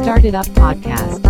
Started Up Podcast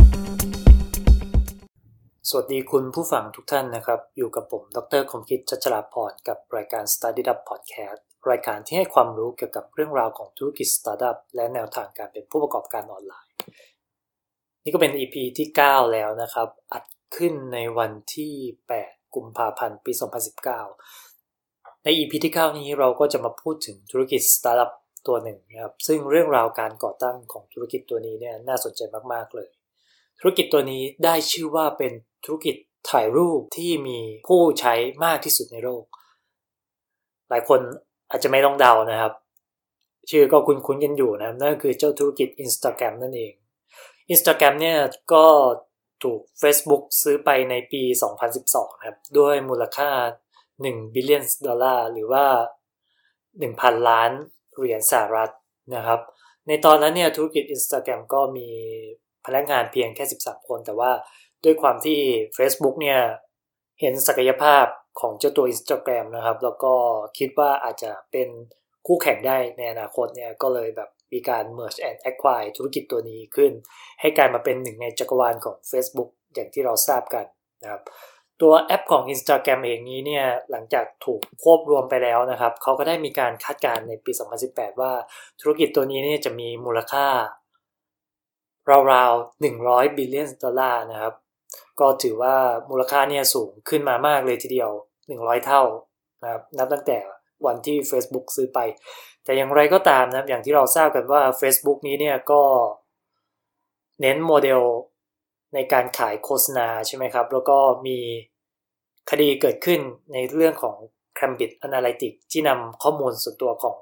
สวัสดีคุณผู้ฟังทุกท่านนะครับอยู่กับผมดร.คมคิด ชัชราพรกับรายการ Started Up Podcast รายการที่ให้ความรู้เกี่ยวกับเรื่องราวของธุรกิจ Startup และแนวทางการเป็นผู้ประกอบการออนไลน์นี่ก็เป็น EP ที่ 9 แล้วนะครับอัดขึ้นในวันที่ 8 กุมภาพันธ์ ปี 2019 ใน EP ที่ 9 นี้เราก็จะมาพูดถึงธุรกิจ Startup ตัวหนึ่งนะครับซึ่งเรื่องราวการก่อตั้งของธุรกิจตัวนี้เนี่ยน่าสนใจมากๆเลยธุรกิจตัวนี้ได้ชื่อว่าเป็นธุรกิจถ่ายรูปที่มีผู้ใช้มากที่สุดในโลกหลายคนอาจจะไม่ต้องเดานะครับชื่อก็คุ้นๆกันอยู่นะนั่นคือเจ้าธุรกิจ Instagram นั่นเอง Instagram เนี่ยก็ถูก Facebook ซื้อไปในปี 2012 ครับด้วยมูลค่า$1 billion หรือว่า 1,000 ล้านเหรียญสหรัฐนะครับในตอนนั้นเนี่ยธุรกิจ Instagram ก็มีพนักงานเพียงแค่13 คนแต่ว่าด้วยความที่ Facebook เนี่ยเห็นศักยภาพของเจ้าตัว Instagram นะครับแล้วก็คิดว่าอาจจะเป็นคู่แข่งได้ในอนาคตเนี่ยก็เลยแบบมีการ merge and acquire ธุรกิจตัวนี้ขึ้นให้กลายมาเป็นหนึ่งในจักรวาลของ Facebook อย่างที่เราทราบกันนะครับตัวแอปของ Instagram เองนี้เนี่ยหลังจากถูกควบรวมไปแล้วนะครับเขาก็ได้มีการคาดการณ์ในปี 2018 ว่าธุรกิจตัวนี้เนี่ยจะมีมูลค่าราวๆ$100 billionนะครับก็ถือว่ามูลค่าเนี่ยสูงขึ้นมามากเลยทีเดียว100เท่านะครับนับตั้งแต่วันที่ Facebook ซื้อไปแต่อย่างไรก็ตามนะครับอย่างที่เราทราบกันว่า Facebook นี้เนี่ยก็เน้นโมเดลในการขายโฆษณาใช่ไหมครับแล้วก็มีคดีเกิดขึ้นในเรื่องของ Cambridge Analytica ที่นำข้อมูลส่วนตัวของ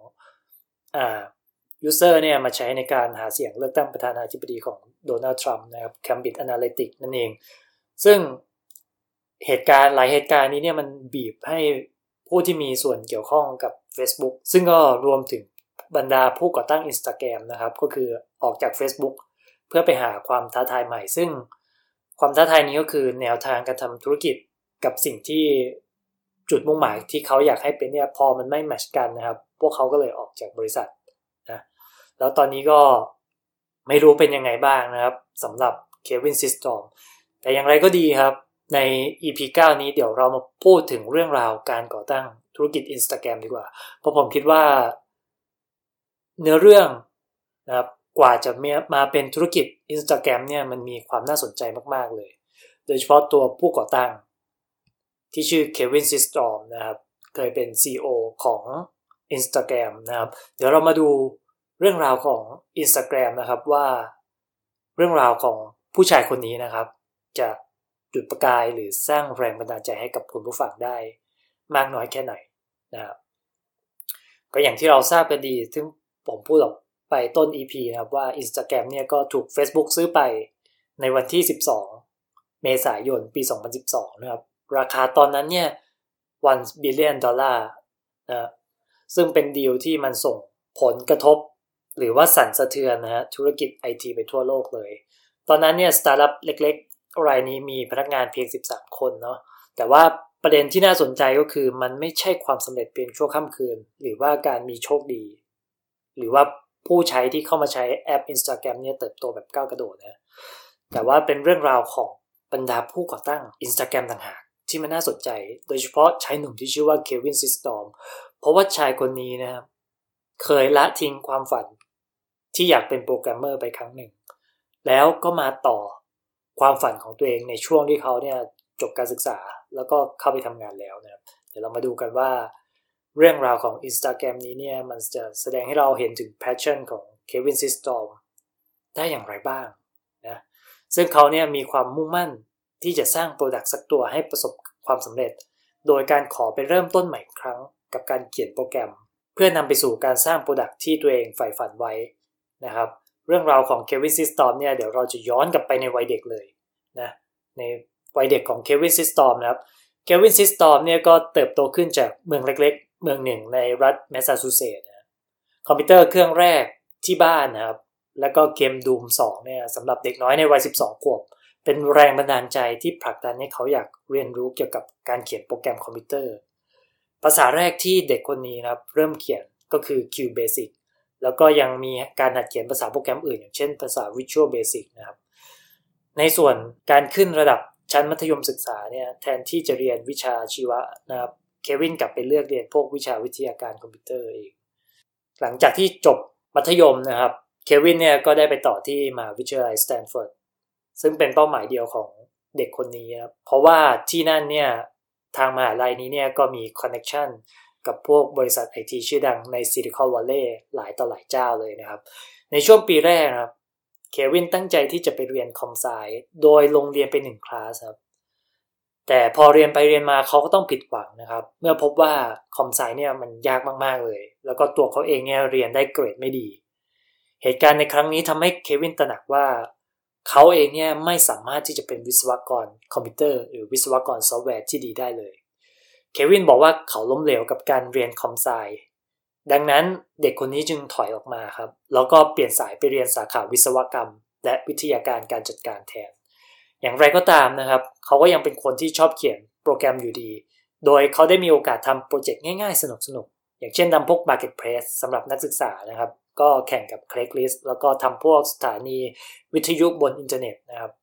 user เนี่ยมาใช้ในการหาเสียงเลือกตั้งประธานาธิบดีของโดนัลด์ทรัมป์นะครับ Cambridge Analytica นั่นเองซึ่งหลายเหตุการณ์นี้เนี่ยมันบีบให้ผู้ที่มีส่วนเกี่ยวข้องกับ Facebook ซึ่งก็รวมถึงบรรดาผู้ก่อตั้ง Instagram นะครับก็คือออกจาก Facebook เพื่อไปหาความท้าทายใหม่ซึ่งความท้าทายนี้ก็คือแนวทางการทำธุรกิจกับสิ่งที่จุดมุ่งหมายที่เขาอยากให้เป็นเนี่ยพอมันไม่แมทช์กันนะครับพวกเขาก็เลยออกจากบริษัทนะแล้วตอนนี้ก็ไม่รู้เป็นยังไงบ้างนะครับสำหรับเควินซิสตอมแต่อย่างไรก็ดีครับใน EP 9 นี้เดี๋ยวเรามาพูดถึงเรื่องราวการก่อตั้งธุรกิจ Instagram ดีกว่าเพราะผมคิดว่าเนื้อเรื่องนะครับกว่าจะมาเป็นธุรกิจ Instagram เนี่ยมันมีความน่าสนใจมากๆเลยโดยเฉพาะตัวผู้ก่อตั้งที่ชื่อเควินซิสตอมนะครับเคยเป็น CEO ของ Instagram นะครับเดี๋ยวเรามาดูเรื่องราวของ Instagram นะครับว่าเรื่องราวของผู้ชายคนนี้นะครับจะจุดประกายหรือสร้างแรงบันดาลใจให้กับคุณผู้ฟังได้มากน้อยแค่ไหนนะครับก็อย่างที่เราทราบกันดีซึ่งผมพูดออกไปต้น EP นะครับว่า Instagram เนี่ยก็ถูก Facebook ซื้อไปในวันที่12 เมษายนปี 2012นะครับราคาตอนนั้นเนี่ย$1 billionนะซึ่งเป็นดีลที่มันส่งผลกระทบหรือว่าสั่นสะเทือนนะฮะธุรกิจ IT ไปทั่วโลกเลยตอนนั้นเนี่ยสตาร์ทอัพเล็กๆรายนี้มีพนักงานเพียง13 คนเนาะแต่ว่าประเด็นที่น่าสนใจก็คือมันไม่ใช่ความสำเร็จเพียงชั่วค่ำคืนหรือว่าการมีโชคดีหรือว่าผู้ใช้ที่เข้ามาใช้แอป Instagram เนี่ยเติบโตแบบก้าวกระโดดนะแต่ว่าเป็นเรื่องราวของบรรดาผู้ก่อตั้ง Instagram ต่างหากที่มันน่าสนใจโดยเฉพาะชายหนุ่มที่ชื่อว่าเควินซิสตอมเพราะว่าชายคนนี้นะครับเคยละทิ้งความฝันที่อยากเป็นโปรแกรมเมอร์ไปครั้งหนึ่งแล้วก็มาต่อความฝันของตัวเองในช่วงที่เขาเนี่ยจบการศึกษาแล้วก็เข้าไปทำงานแล้วนะครับเดี๋ยวเรามาดูกันว่าเรื่องราวของ Instagram นี้เนี่ยมันจะแสดงให้เราเห็นถึง passion ของเควินซิสตอมได้อย่างไรบ้างนะซึ่งเขาเนี่ยมีความมุ่งมั่นที่จะสร้าง product สักตัวให้ประสบความสำเร็จโดยการขอไปเริ่มต้นใหม่อีกครั้งกับการเขียนโปรแกรมเพื่อนำไปสู่การสร้าง product ที่ตัวเองใฝ่ฝันไว้นะครับเรื่องราวของเควินซิสตอมเนี่ยเดี๋ยวเราจะย้อนกลับไปในวัยเด็กเลยนะในวัยเด็กของเควินซิสตอมนะครับเควินซิสตอมเนี่ยก็เติบโตขึ้นจากเมืองเล็กๆเมืองหนึ่งในรัฐแมสซาชูเซตส์นะคอมพิวเตอร์เครื่องแรกที่บ้านนะครับแล้วก็เกม Doom 2เนี่ยสำหรับเด็กน้อยในวัย12 ขวบเป็นแรงบันดาลใจที่ผลักดันให้เขาอยากเรียนรู้เกี่ยวกับการเขียนโปรแกรมคอมพิวเตอร์ภาษาแรกที่เด็กคนนี้นะครับเริ่มเขียนก็คือ QBasic แล้วก็ยังมีการหัดเขียนภาษาโปรแกรมอื่นอย่างเช่นภาษา Visual Basic นะครับในส่วนการขึ้นระดับชั้นมัธยมศึกษาเนี่ยแทนที่จะเรียนวิชาชีวะนะครับเควินกลับไปเลือกเรียนพวกวิชาวิทยาการคอมพิวเตอร์เองหลังจากที่จบมัธยมนะครับเควินเนี่ยก็ได้ไปต่อที่มหาวิทยาลัยสแตนฟอร์ดซึ่งเป็นเป้าหมายเดียวของเด็กคนนี้ครับเพราะว่าที่นั่นเนี่ยทางมหาลัยนี้เนี่ยก็มีคอนเนคชั่นกับพวกบริษัท IT ชื่อดังในซิลิคอนวัลเลย์หลายต่อหลายเจ้าเลยนะครับในช่วงปีแรกครับเควินตั้งใจที่จะไปเรียนคอมไซโดยลงเรียนไป1คลาสครับแต่พอเรียนไปเรียนมาเขาก็ต้องผิดหวังนะครับเมื่อพบว่าคอมไซเนี่ยมันยากมากๆเลยแล้วก็ตัวเขาเองเนี่ยเรียนได้เกรดไม่ดีเหตุการณ์ในครั้งนี้ทำให้เควินตระหนักว่าเขาเองเนี่ยไม่สามารถที่จะเป็นวิศวกรคอมพิวเตอร์หรือวิศวกรซอฟต์แวร์ที่ดีได้เลยเควินบอกว่าเขาล้มเหลวกับการเรียนคอมไซดังนั้นเด็กคนนี้จึงถอยออกมาครับแล้วก็เปลี่ยนสายไปเรียนสาขาวิศวกรรมและวิทยาการจัดการแทนอย่างไรก็ตามนะครับเขาก็ยังเป็นคนที่ชอบเขียนโปรแกรมอยู่ดีโดยเขาได้มีโอกาสทำโปรเจกต์ง่ายๆสนุกๆอย่างเช่นทำพวก Marketplace สำหรับนักศึกษานะครับก็แข่งกับ Craigslist แล้วก็ทำพวกสถานีวิทยุบนอินเทอร์เน็ตนะครับ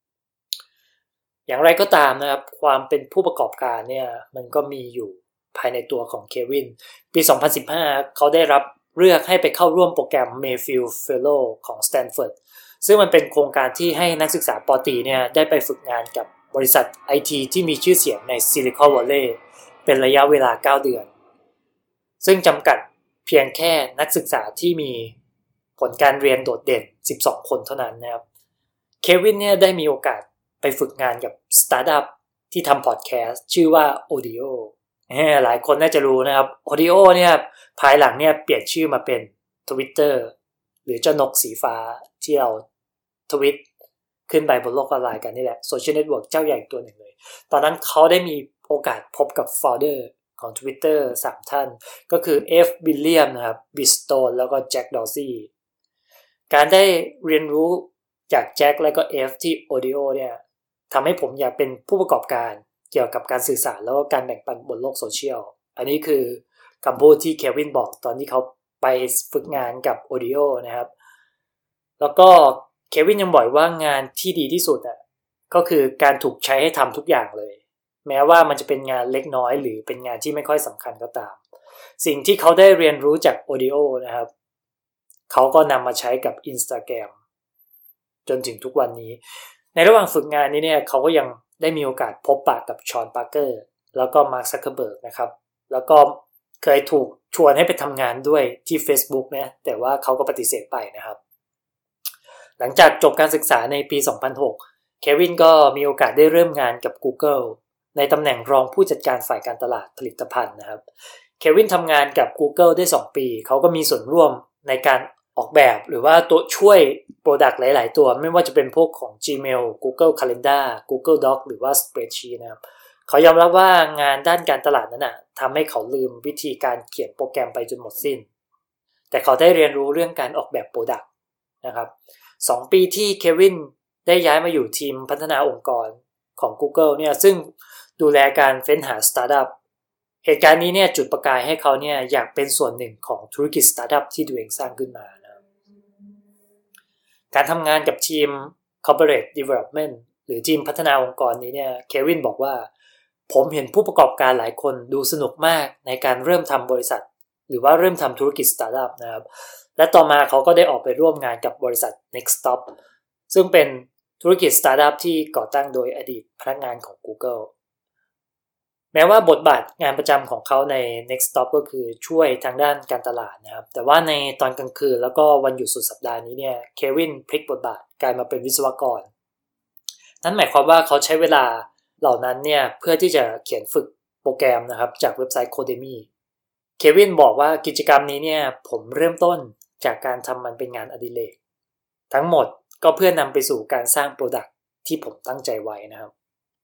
อย่างไรก็ตามนะครับความเป็นผู้ประกอบการเนี่ยมันก็มีอยู่ภายในตัวของเควินปี 2015 เขาได้รับเลือกให้ไปเข้าร่วมโปรแกรม Mayfield Fellow ของ Stanford ซึ่งมันเป็นโครงการที่ให้นักศึกษาป.ตรีเนี่ยได้ไปฝึกงานกับบริษัท IT ที่มีชื่อเสียงในซิลิคอนวัลเลย์เป็นระยะเวลา 9 เดือน ซึ่งจำกัดเพียงแค่นักศึกษาที่มีผลการเรียนโดดเด่น 12 คนเท่านั้นนะครับเควินเนี่ยได้มีโอกาสไปฝึกงานกับสตาร์ทอัพที่ทำพอดแคสต์ชื่อว่า Audio หลายคนน่าจะรู้นะครับ Audio เนี่ยภายหลังเนี่ยเปลี่ยนชื่อมาเป็น Twitter หรือเจ้านกสีฟ้าที่เราทวิตขึ้นไปบนโลกออนไลน์กันนี่แหละโซเชียลเน็ตเวิร์กเจ้าใหญ่ตัวหนึ่งเลยตอนนั้นเขาได้มีโอกาสพบกับ founder ของ Twitter 3 ท่านก็คือ F. William นะครับ Bridgestone แล้วก็ Jack Dorsey การได้เรียนรู้จากแจ็คและก็ F ที่ Audio เนี่ยทำให้ผมอยากเป็นผู้ประกอบการเกี่ยวกับการสื่อสารแล้วก็การแบ่งปันบนโลกโซเชียลอันนี้คือคำพูดที่เควินบอกตอนที่เขาไปฝึกงานกับ Audio นะครับแล้วก็เควินยังบอกว่างานที่ดีที่สุดก็คือการถูกใช้ให้ทำทุกอย่างเลยแม้ว่ามันจะเป็นงานเล็กน้อยหรือเป็นงานที่ไม่ค่อยสำคัญก็ตามสิ่งที่เขาได้เรียนรู้จาก Audio นะครับเขาก็นำมาใช้กับ Instagram จนถึงทุกวันนี้ในระหว่างฝึกงานนี้เนี่ยเขาก็ยังได้มีโอกาสพบปะกับชอน ปาร์เกอร์แล้วก็มาร์ค ซักเคอร์เบิร์กนะครับแล้วก็เคยถูกชวนให้ไปทำงานด้วยที่ Facebook นะแต่ว่าเขาก็ปฏิเสธไปนะครับหลังจากจบการศึกษาในปี 2006 เควินก็มีโอกาสได้เริ่มงานกับ Google ในตำแหน่งรองผู้จัดการฝ่ายการตลาดผลิตภัณฑ์นะครับเควินทำงานกับ Google ได้ 2 ปีเขาก็มีส่วนร่วมในการออกแบบหรือว่าตัวช่วย Product หลายๆตัวไม่ว่าจะเป็นพวกของ Gmail Google Calendar Google Doc หรือว่า Spreadsheet นะครับเขายอมรับว่างานด้านการตลาดนั้นทำให้เขาลืมวิธีการเขียนโปรแกรมไปจนหมดสิ้นแต่เขาได้เรียนรู้เรื่องการออกแบบ Product นะครับ2 ปีที่เควินได้ย้ายมาอยู่ทีมพัฒนาองค์กรของ Google เนี่ยซึ่งดูแลการเฟ้นหาสตาร์ทอัพเหตุการณ์นี้เนี่ยจุดประกายให้เขาเนี่ยอยากเป็นส่วนหนึ่งของธุรกิจสตาร์ทอัพที่ตัวเองสร้างขึ้นมานะครับการทำงานกับทีม Corporate Development หรือทีมพัฒนาองค์กรนี้เนี่ยเควินบอกว่าผมเห็นผู้ประกอบการหลายคนดูสนุกมากในการเริ่มทำบริษัทหรือว่าเริ่มทำธุรกิจสตาร์ทอัพนะครับและต่อมาเขาก็ได้ออกไปร่วมงานกับบริษัท Nextstop ซึ่งเป็นธุรกิจสตาร์ทอัพที่ก่อตั้งโดยอดีตพนักงานของ Google แม้ว่าบทบาทงานประจำของเขาใน Nextstop ก็คือช่วยทางด้านการตลาดนะครับแต่ว่าในตอนกลางคืนแล้วก็วันหยุดสุดสัปดาห์นี้เนี่ยเควินพลิกบทบาทกลายมาเป็นวิศวกรนั่นหมายความว่าเขาใช้เวลาเหล่านั้นเนี่ยเพื่อที่จะเขียนฝึกโปรแกรมนะครับจากเว็บไซต์ Codemy เควินบอกว่ากิจกรรมนี้เนี่ยผมเริ่มต้นจากการทำมันเป็นงานอดิเรกทั้งหมดก็เพื่อนำไปสู่การสร้างโปรดักต์ที่ผมตั้งใจไว้นะครับ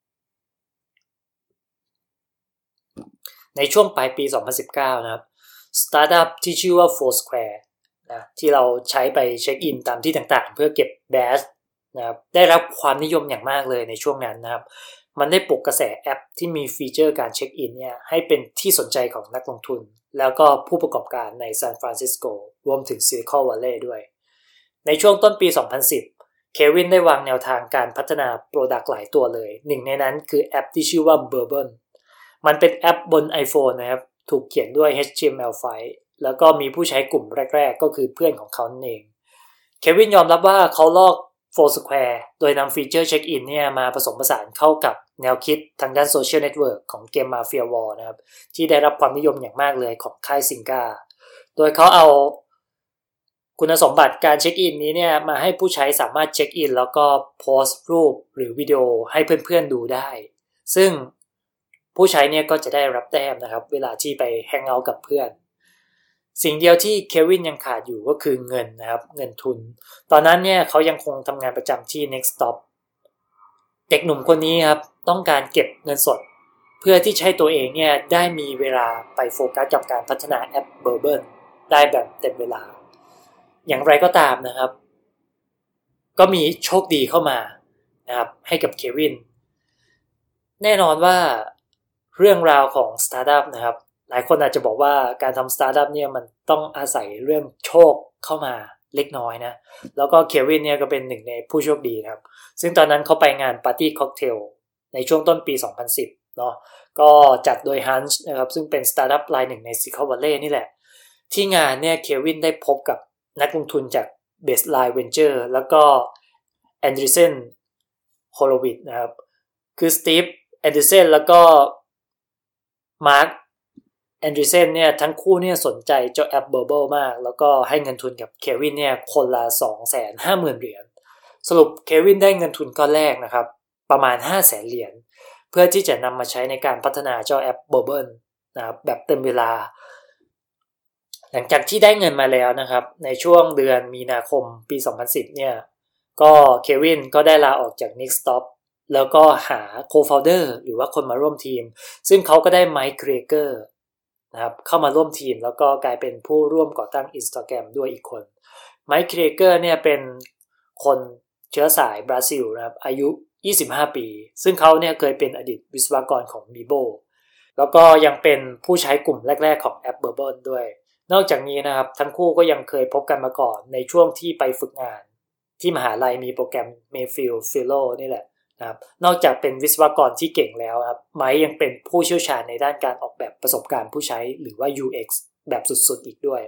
ในช่วงปลายปี 2019 นะครับสตาร์ทอัพที่ชื่อว่า Foursquare นะที่เราใช้ไปเช็คอินตามที่ต่างๆเพื่อเก็บแบดจ์นะครับได้รับความนิยมอย่างมากเลยในช่วงนั้นนะครับมันได้ปลุกกระแสแอปที่มีฟีเจอร์การเช็คอินเนี่ยให้เป็นที่สนใจของนักลงทุนแล้วก็ผู้ประกอบการในซานฟรานซิสโกรวมถึง Silicon Valley ด้วยในช่วงต้นปี 2010 เควินได้วางแนวทางการพัฒนา Product หลายตัวเลยหนึ่งในนั้นคือแอปที่ชื่อว่า Bourbon มันเป็นแอปบน iPhone นะครับถูกเขียนด้วย HTML5 แล้วก็มีผู้ใช้กลุ่มแรกๆก็คือเพื่อนของเขานั่นเองเควินยอมรับว่าเขาลอก Foursquare โดยนำฟีเจอร์เช็คอินเนี่ยมาผสมผสานเข้ากับแนวคิดทางด้านโซเชียลเน็ตเวิร์กของเกม Mafia War นะครับที่ได้รับความนิยมอย่างมากเลยของค่ายซิงกาโดยเขาเอาคุณสมบัติการเช็คอินนี้เนี่ยมาให้ผู้ใช้สามารถเช็คอินแล้วก็โพสต์รูปหรือวิดีโอให้เพื่อนๆดูได้ซึ่งผู้ใช้เนี่ยก็จะได้รับแต้มนะครับเวลาที่ไปแฮงเอาท์กับเพื่อนสิ่งเดียวที่เควินยังขาดอยู่ก็คือเงินนะครับเงินทุนตอนนั้นเนี่ยเขายังคงทำงานประจำที่ Nextstop เด็กหนุ่มคนนี้ครับต้องการเก็บเงินสดเพื่อที่ให้ตัวเองเนี่ยได้มีเวลาไปโฟกัสกับการพัฒนาแอป Bourbon ได้แบบเต็มเวลาอย่างไรก็ตามนะครับก็มีโชคดีเข้ามานะครับให้กับเควินแน่นอนว่าเรื่องราวของสตาร์ทอัพนะครับหลายคนอาจจะบอกว่าการทำสตาร์ทอัพเนี่ยมันต้องอาศัยเรื่องโชคเข้ามาเล็กน้อยนะแล้วก็เควินเนี่ยก็เป็นหนึ่งในผู้โชคดีนะครับซึ่งตอนนั้นเขาไปงานปาร์ตี้ค็อกเทลในช่วงต้นปี 2010 เนาะก็จัดโดย Hunch นะครับซึ่งเป็นสตาร์ทอัพรายหนึ่งใน Silicon Valley นี่แหละที่งานเนี่ยเควินได้พบกับนักลงทุนจาก Baseline Venture แล้วก็ Andreessen Horowitz นะครับคือสตีฟแอนเดอร์เซนแล้วก็มาร์คแอนเดอร์เซนเนี่ยทั้งคู่เนี่ยสนใจเจ้าแอป Bourbon มากแล้วก็ให้เงินทุนกับเควินเนี่ยคนละ 250,000 เหรียญสรุปเควินได้เงินทุนก้อนแรกนะครับประมาณ 500,000 เหรียญเพื่อที่จะนำมาใช้ในการพัฒนาเจ้าแอป Bourbon นะครับแบบเต็มเวลาหลังจากที่ได้เงินมาแล้วนะครับในช่วงเดือนมีนาคมปี 2010 เนี่ยก็เควินก็ได้ลาออกจาก Nextstopแล้วก็หา co-founder หรือว่าคนมาร่วมทีมซึ่งเขาก็ได้ไมค์เครเกอร์นะครับเข้ามาร่วมทีมแล้วก็กลายเป็นผู้ร่วมก่อตั้ง Instagram ด้วยอีกคนไมค์เครเกอร์เนี่ยเป็นคนเชื้อสายบราซิลนะครับอายุ25 ปีซึ่งเขาเนี่ยเคยเป็นอดีตวิศวกรของ Bebo แล้วก็ยังเป็นผู้ใช้กลุ่มแรกๆของแอป Bourbon ด้วยนอกจากนี้นะครับทั้งคู่ก็ยังเคยพบกันมาก่อนในช่วงที่ไปฝึกงานที่มหาลัยมีโปรแกรม Mayfield Fellow นี่แหละนะครับนอกจากเป็นวิศวกรที่เก่งแล้วครับไมค์ยังเป็นผู้เชี่ยวชาญในด้านการออกแบบประสบการณ์ผู้ใช้หรือว่า UX แบบสุดๆอีกด้วย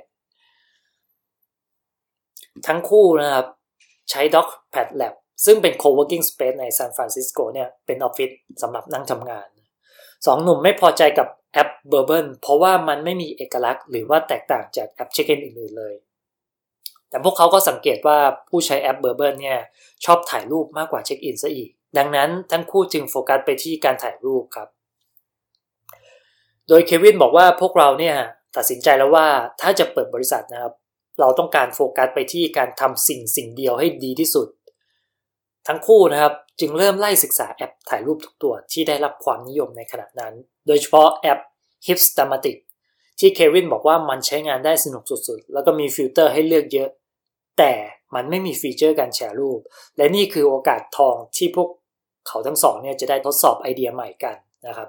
ทั้งคู่นะครับใช้ DocPad Lab ซึ่งเป็น co-working space ในซานฟรานซิสโกเนี่ยเป็นออฟฟิศสำหรับนั่งทำงานสองหนุ่มไม่พอใจกับแอป Bourbon เพราะว่ามันไม่มีเอกลักษณ์หรือว่าแตกต่างจากแอปเช็คอินอื่นๆเลยแต่พวกเขาก็สังเกตว่าผู้ใช้แอป Bourbon เนี่ยชอบถ่ายรูปมากกว่าเช็คอินซะอีกดังนั้นทั้งคู่จึงโฟกัสไปที่การถ่ายรูปครับโดยเควินบอกว่าพวกเราเนี่ยตัดสินใจแล้วว่าถ้าจะเปิดบริษัทนะครับเราต้องการโฟกัสไปที่การทำสิ่งเดียวให้ดีที่สุดทั้งคู่นะครับจึงเริ่มไล่ศึกษาแอปถ่ายรูปทุกตัวที่ได้รับความนิยมในขณะนั้นโดยเฉพาะแอป Hipstamatic ที่เควินบอกว่ามันใช้งานได้สนุกสุดๆแล้วก็มีฟิลเตอร์ให้เลือกเยอะแต่มันไม่มีฟีเจอร์การแชร์รูปและนี่คือโอกาสทองที่พวกเขาทั้งสองเนี่ยจะได้ทดสอบไอเดียใหม่กันนะครับ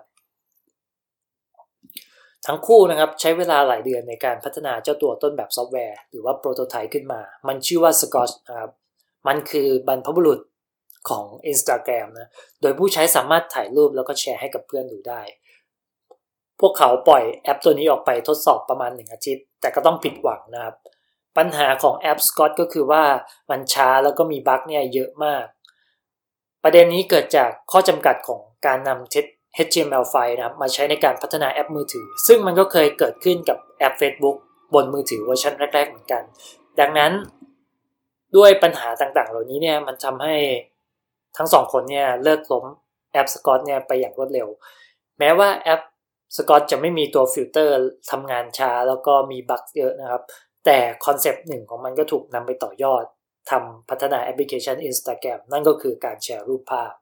ทั้งคู่นะครับใช้เวลาหลายเดือนในการพัฒนาเจ้าตัวต้นแบบซอฟต์แวร์หรือว่าโปรโตไทป์ขึ้นมามันชื่อว่า Scotch นะครับมันคือบรรพบุรุษของ Instagram นะโดยผู้ใช้สามารถถ่ายรูปแล้วก็แชร์ให้กับเพื่อนดูได้พวกเขาปล่อยแอปตัวนี้ออกไปทดสอบประมาณ1 อาทิตย์แต่ก็ต้องผิดหวังนะครับปัญหาของแอป Scotch ก็คือว่ามันช้าแล้วก็มีบั๊กเนี่ยเยอะมากประเด็นนี้เกิดจากข้อจำกัดของการนำHTML5 นะครับมาใช้ในการพัฒนาแอปมือถือซึ่งมันก็เคยเกิดขึ้นกับแอป Facebook บนมือถือเวอร์ชันแรกๆเหมือนกันดังนั้นด้วยปัญหาต่างๆเหล่านี้เนี่ยมันทำให้ทั้งสองคนเนี่ยเลิกล้มแอป Scotch เนี่ยไปอย่างรวดเร็วแม้ว่าแอป Scotch จะไม่มีตัวฟิลเตอร์ทำงานช้าแล้วก็มีบั๊กเยอะนะครับแต่คอนเซปต์หนึ่งของมันก็ถูกนำไปต่อยอดทำพัฒนาแอปพลิเคชัน Instagram นั่นก็คือการแชร์รูปภาพ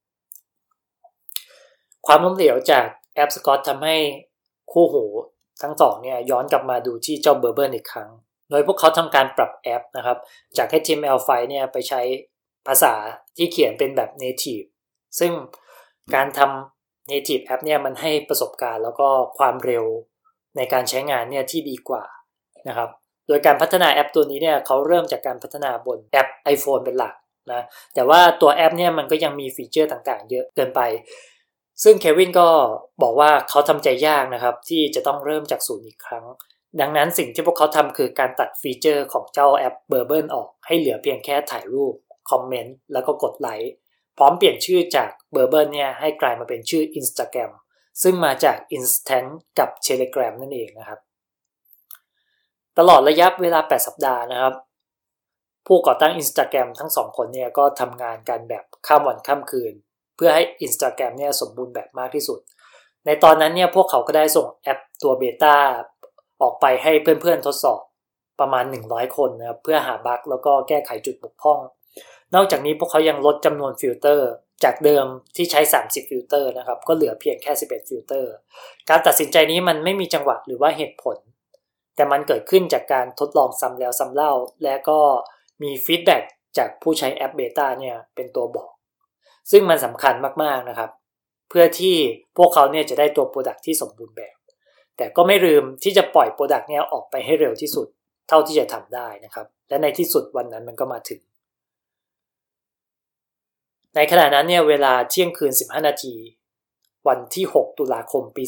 ความล้มเหลวจากแอป Scotch ทำให้คู่หูทั้งสองเนี่ยย้อนกลับมาดูที่เจ้า Bourbon อีกครั้งโดยพวกเขาทำการปรับแอปนะครับจาก HTML5 เนี่ยไปใช้ภาษาที่เขียนเป็นแบบ native ซึ่งการทำ native app เนี่ยมันให้ประสบการณ์แล้วก็ความเร็วในการใช้งานเนี่ยที่ดีกว่านะครับโดยการพัฒนาแอปตัวนี้เนี่ยเขาเริ่มจากการพัฒนาบนแอป iPhone เป็นหลักนะแต่ว่าตัวแอปเนี่ยมันก็ยังมีฟีเจอร์ต่างๆเยอะเกินไปซึ่งเควินก็บอกว่าเขาทำใจยากนะครับที่จะต้องเริ่มจากศูนย์อีกครั้งดังนั้นสิ่งที่พวกเขาทำคือการตัดฟีเจอร์ของเจ้าแอป Bubble ออกให้เหลือเพียงแค่ถ่ายรูปคอมเมนต์แล้วก็กดไลค์พร้อมเปลี่ยนชื่อจาก Bubble เนี่ยให้กลายมาเป็นชื่อ Instagram ซึ่งมาจาก Instant กับ Telegram นั่นเองนะครับตลอดระยะเวลา8สัปดาห์นะครับผู้ก่อตั้ง Instagram ทั้ง2คนเนี่ยก็ทำงานกันแบบข้ามวันข้ามคืนเพื่อให้ Instagram เนี่ยสมบูรณ์แบบมากที่สุดในตอนนั้นเนี่ยพวกเขาก็ได้ส่งแอปตัวเบต้าออกไปให้เพื่อนๆทดสอบประมาณ100คนนะครับเพื่อหาบั๊กแล้วก็แก้ไขจุดบกพร่องนอกจากนี้พวกเขายังลดจำนวนฟิลเตอร์จากเดิมที่ใช้30ฟิลเตอร์นะครับก็เหลือเพียงแค่11ฟิลเตอร์การตัดสินใจนี้มันไม่มีจังหวะหรือว่าเหตุผลแต่มันเกิดขึ้นจากการทดลองซ้ำแล้วซ้ำเล่าและก็มีฟีดแบ็กจากผู้ใช้แอปเบต้าเนี่ยเป็นตัวบอกซึ่งมันสำคัญมากๆนะครับเพื่อที่พวกเขาเนี่ยจะได้ตัวโปรดักต์ที่สมบูรณ์แบบแต่ก็ไม่ลืมที่จะปล่อยโปรดักต์เนี่ยออกไปให้เร็วที่สุดเท่าที่จะทำได้นะครับและในที่สุดวันนั้นมันก็มาถึงในขณะนั้นเนี่ยเวลาเที่ยงคืน15นาทีวันที่6ตุลาคมปี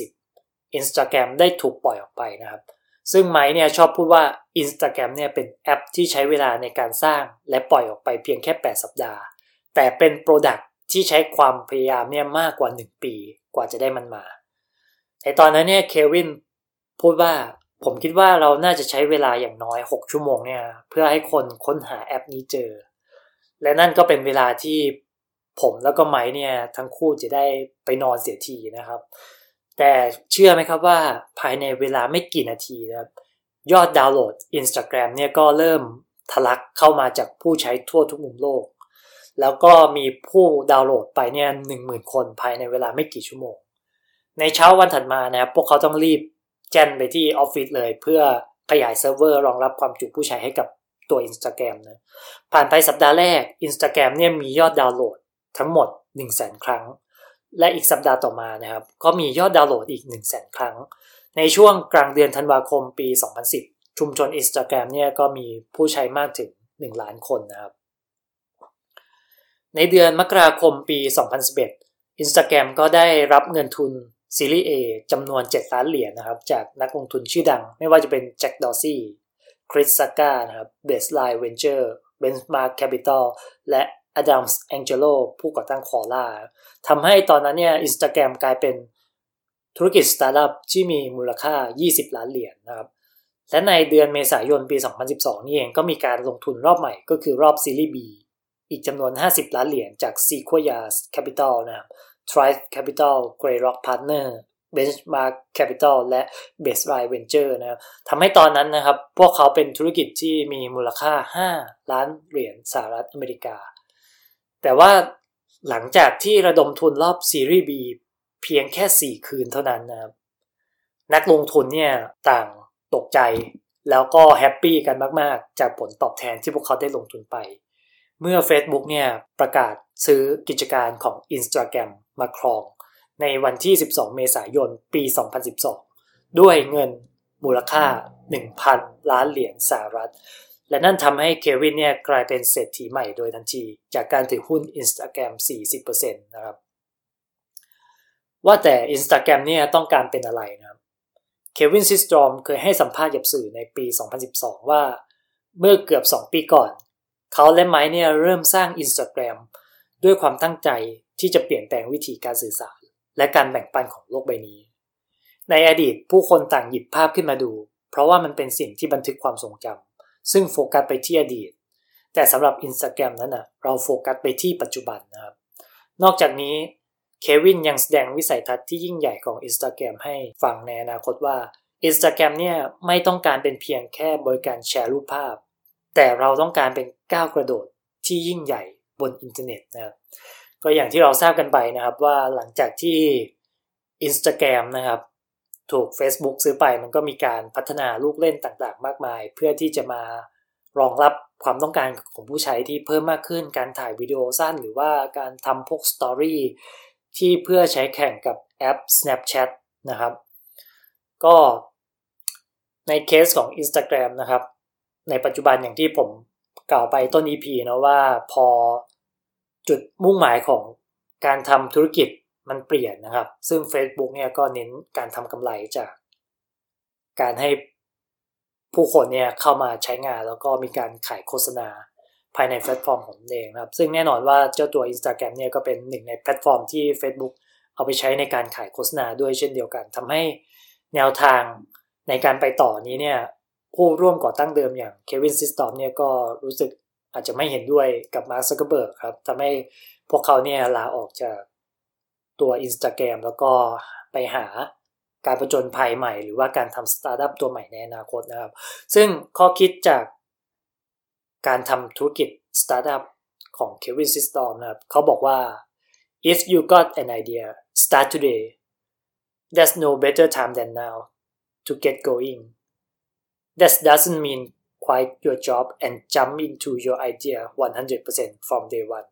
2010 Instagram ได้ถูกปล่อยออกไปนะครับซึ่งไมค์เนี่ยชอบพูดว่า Instagram เนี่ยเป็นแอปที่ใช้เวลาในการสร้างและปล่อยออกไปเพียงแค่8สัปดาห์แต่เป็นโปรดักต์ที่ใช้ความพยายามเนี่ยมากกว่า1ปีกว่าจะได้มันมาในตอนนั้นเนี่ยเควินพูดว่าผมคิดว่าเราน่าจะใช้เวลาอย่างน้อย6ชั่วโมงเนี่ยเพื่อให้คนค้นหาแอปนี้เจอและนั่นก็เป็นเวลาที่ผมแล้วก็ไมค์เนี่ยทั้งคู่จะได้ไปนอนเสียทีนะครับแต่เชื่อไหมครับว่าภายในเวลาไม่กี่นาทีนะครับยอดดาวน์โหลด Instagram เนี่ยก็เริ่มทะลักเข้ามาจากผู้ใช้ทั่วทุกมุมโลกแล้วก็มีผู้ดาวน์โหลดไปเนี่ย 10,000 คนภายในเวลาไม่กี่ชั่วโมงในเช้าวันถัดมานะครับพวกเขาต้องรีบแจ้นไปที่ออฟฟิศเลยเพื่อขยายเซิร์ฟเวอร์รองรับความจุผู้ใช้ให้กับตัว Instagram นะผ่านไปสัปดาห์แรก Instagram เนี่ยมียอดดาวน์โหลดทั้งหมด 100,000 ครั้งและอีกสัปดาห์ต่อมานะครับก็มียอดดาวน์โหลดอีก 100,000 ครั้งในช่วงกลางเดือนธันวาคมปี2010ชุมชน Instagram เนี่ยก็มีผู้ใช้มากถึง1ล้านคนนะครับในเดือนมกราคมปี2011 Instagram ก็ได้รับเงินทุนซีรีส์ A จำนวน$7 ล้านนะครับจากนักลงทุนชื่อดังไม่ว่าจะเป็นแจ็คดอร์ซี่คริสซักก้านะครับเบสไลน์เวนเจอร์เบนช์มาร์คแคปิตอลและอดัมส์แองเจโลผู้ก่อตั้งคอล่าทำให้ตอนนั้นเนี่ย Instagram กลายเป็นธุรกิจสตาร์ทอัพที่มีมูลค่า$20 ล้านนะครับและในเดือนเมษายนปี2012นี่เองก็มีการลงทุนรอบใหม่ก็คือรอบซีรีส์ B อีกจำนวน$50 ล้านจาก Sequoia Capital นะครับ Thrive Capital Greyrock Partner Benchmark Capital และ Baseline Venture นะครับทำให้ตอนนั้นนะครับพวกเขาเป็นธุรกิจที่มีมูลค่า$5 ล้านสหรัฐอเมริกาแต่ว่าหลังจากที่ระดมทุนรอบซีรีส์ B เพียงแค่4คืนเท่านั้นนะครับนักลงทุนเนี่ยต่างตกใจแล้วก็แฮปปี้กันมากๆจากผลตอบแทนที่พวกเขาได้ลงทุนไปเมื่อ Facebook เนี่ยประกาศซื้อกิจการของ Instagram มาครองในวันที่12เมษายนปี2012ด้วยเงินมูลค่า 1,000 ล้านเหรียญสหรัฐและนั่นทำให้เควินเนี่ยกลายเป็นเศรษฐีใหม่โดยทันทีจากการถือหุ้น Instagram 40% นะครับว่าแต่ Instagram เนี่ยต้องการเป็นอะไรนะครับเควินซิสตรอมเคยให้สัมภาษณ์กับสื่อในปี2012ว่าเมื่อเกือบ2ปีก่อนเขาและไมค์เนี่ยเริ่มสร้าง Instagram ด้วยความตั้งใจที่จะเปลี่ยนแปลงวิธีการสื่อสารและการแบ่งปันของโลกใบนี้ในอดีตผู้คนต่างหยิบภาพขึ้นมาดูเพราะว่ามันเป็นสิ่งที่บันทึกความทรงจำซึ่งโฟกัสไปที่อดีตแต่สำหรับ Instagram นั้นนะเราโฟกัสไปที่ปัจจุบันนะครับนอกจากนี้เควินยังแสดงวิสัยทัศน์ที่ยิ่งใหญ่ของ Instagram ให้ฟังในอนาคตว่า Instagram เนี่ยไม่ต้องการเป็นเพียงแค่บริการแชร์รูปภาพแต่เราต้องการเป็นก้าวกระโดดที่ยิ่งใหญ่บนอินเทอร์เน็ตนะครับก็อย่างที่เราทราบกันไปนะครับว่าหลังจากที่ Instagram นะครับถูก Facebook ซื้อไปมันก็มีการพัฒนาลูกเล่นต่างๆมากมายเพื่อที่จะมารองรับความต้องการของผู้ใช้ที่เพิ่มมากขึ้นการถ่ายวิดีโอสั้นหรือว่าการทำพวกสตอรี่ที่เพื่อใช้แข่งกับแอป Snapchat นะครับก็ในเคสของ Instagram นะครับในปัจจุบันอย่างที่ผมกล่าวไปต้น EP นะว่าพอจุดมุ่งหมายของการทำธุรกิจมันเปลี่ยนนะครับซึ่ง Facebook เนี่ยก็เน้นการทำกำไรจากการให้ผู้คนเนี่ยเข้ามาใช้งานแล้วก็มีการขายโฆษณาภายในแพลตฟอร์มของเองนะครับซึ่งแน่นอนว่าเจ้าตัว Instagram เนี่ยก็เป็นหนึ่งในแพลตฟอร์มที่ Facebook เอาไปใช้ในการขายโฆษณาด้วยเช่นเดียวกันทำให้แนวทางในการไปต่อนี้เนี่ยผู้ร่วมก่อตั้งเดิมอย่างเควินซิสตอมเนี่ยก็รู้สึกอาจจะไม่เห็นด้วยกับมาร์ค ซักเคอร์เบิร์กครับทำให้พวกเขาเนี่ยลาออกจากตัว Instagram แล้วก็ไปหาการผจญภัยใหม่หรือว่าการทำสตาร์ทอัพตัวใหม่ในอนาคตนะครับซึ่งข้อคิดจากการทำธุรกิจสตาร์ทอัพของเควินซิสตอมนะครับเขาบอกว่า if you got an idea start today there's no better time than now to get going that doesn't mean quit your job and jump into your idea 100% from day one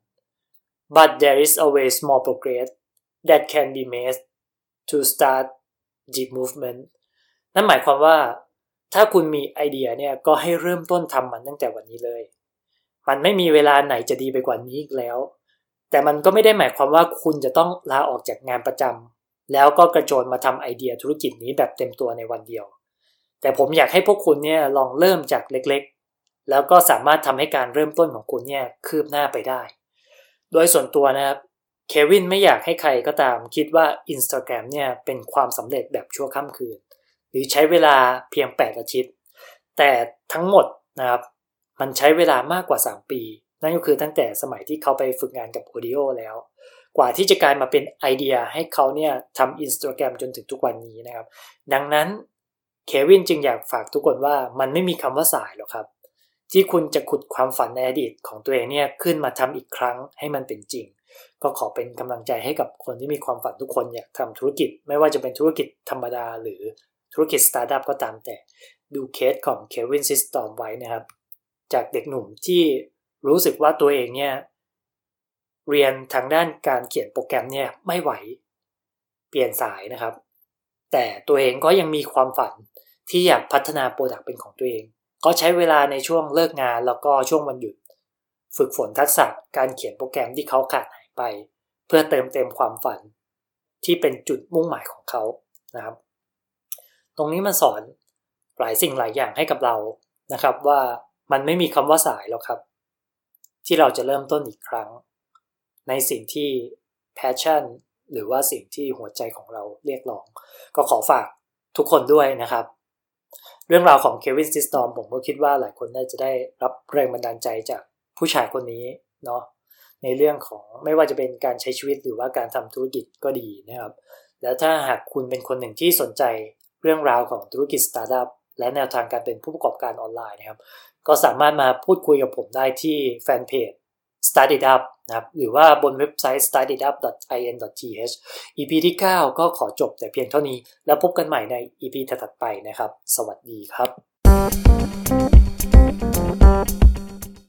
but there is always more progress that can be made to start the movement นั่นหมายความว่าถ้าคุณมีไอเดียเนี่ยก็ให้เริ่มต้นทำมันตั้งแต่วันนี้เลยมันไม่มีเวลาไหนจะดีไปกว่านี้อีกแล้วแต่มันก็ไม่ได้หมายความว่าคุณจะต้องลาออกจากงานประจำแล้วก็กระโจนมาทำไอเดียธุรกิจนี้แบบเต็มตัวในวันเดียวแต่ผมอยากให้พวกคุณเนี่ยลองเริ่มจากเล็กๆแล้วก็สามารถทำให้การเริ่มต้นของคุณเนี่ยคืบหน้าไปได้โดยส่วนตัวนะครับเควินไม่อยากให้ใครก็ตามคิดว่า Instagram เนี่ยเป็นความสำเร็จแบบชั่วข้ามคืนหรือใช้เวลาเพียง8อาทิตย์แต่ทั้งหมดนะครับมันใช้เวลามากกว่า3ปีนั่นก็คือตั้งแต่สมัยที่เขาไปฝึกงานกับ Odeo แล้วกว่าที่จะกลายมาเป็นไอเดียให้เขาเนี่ยทำ Instagram จนถึงทุกวันนี้นะครับดังนั้นเควินจึงอยากฝากทุกคนว่ามันไม่มีคำว่าสายหรอกครับที่คุณจะขุดความฝันในอดีตของตัวเองเนี่ยขึ้นมาทำอีกครั้งให้มันเป็นจริงก็ขอเป็นกำลังใจให้กับคนที่มีความฝันทุกคนอยากทำธุรกิจไม่ว่าจะเป็นธุรกิจธรรมดาหรือธุรกิจสตาร์ทอัพก็ตามแต่ดูเคสของเควินซิสตอมไว้นะครับจากเด็กหนุ่มที่รู้สึกว่าตัวเองเนี่ยเรียนทางด้านการเขียนโปรแกรมเนี่ยไม่ไหวเปลี่ยนสายนะครับแต่ตัวเองก็ยังมีความฝันที่อยากพัฒนาโปรดักต์เป็นของตัวเองก็ใช้เวลาในช่วงเลิกงานแล้วก็ช่วงวันหยุดฝึกฝนทักษะการเขียนโปรแกรมที่เขาขาดหายไปเพื่อเติมเต็มความฝันที่เป็นจุดมุ่งหมายของเขานะครับตรงนี้มันสอนหลายสิ่งหลายอย่างให้กับเรานะครับว่ามันไม่มีคำว่าสายหรอกครับที่เราจะเริ่มต้นอีกครั้งในสิ่งที่ passion หรือว่าสิ่งที่หัวใจของเราเรียกร้องก็ขอฝากทุกคนด้วยนะครับเรื่องราวของเควินซิสตอมผมก็คิดว่าหลายคนน่าจะได้รับแรงบันดาลใจจากผู้ชายคนนี้เนาะในเรื่องของไม่ว่าจะเป็นการใช้ชีวิตหรือว่าการทำธุรกิจก็ดีนะครับแล้วถ้าหากคุณเป็นคนหนึ่งที่สนใจเรื่องราวของธุรกิจสตาร์ทอัพและแนวทางการเป็นผู้ประกอบการออนไลน์นะครับก็สามารถมาพูดคุยกับผมได้ที่แฟนเพจ Start It Up นะครับหรือว่าบนเว็บไซต์ startitup.in.th EP ที่ 9 ก็ขอจบแต่เพียงเท่านี้แล้วพบกันใหม่ใน EP ถัดไปนะครับสวัสดีครับ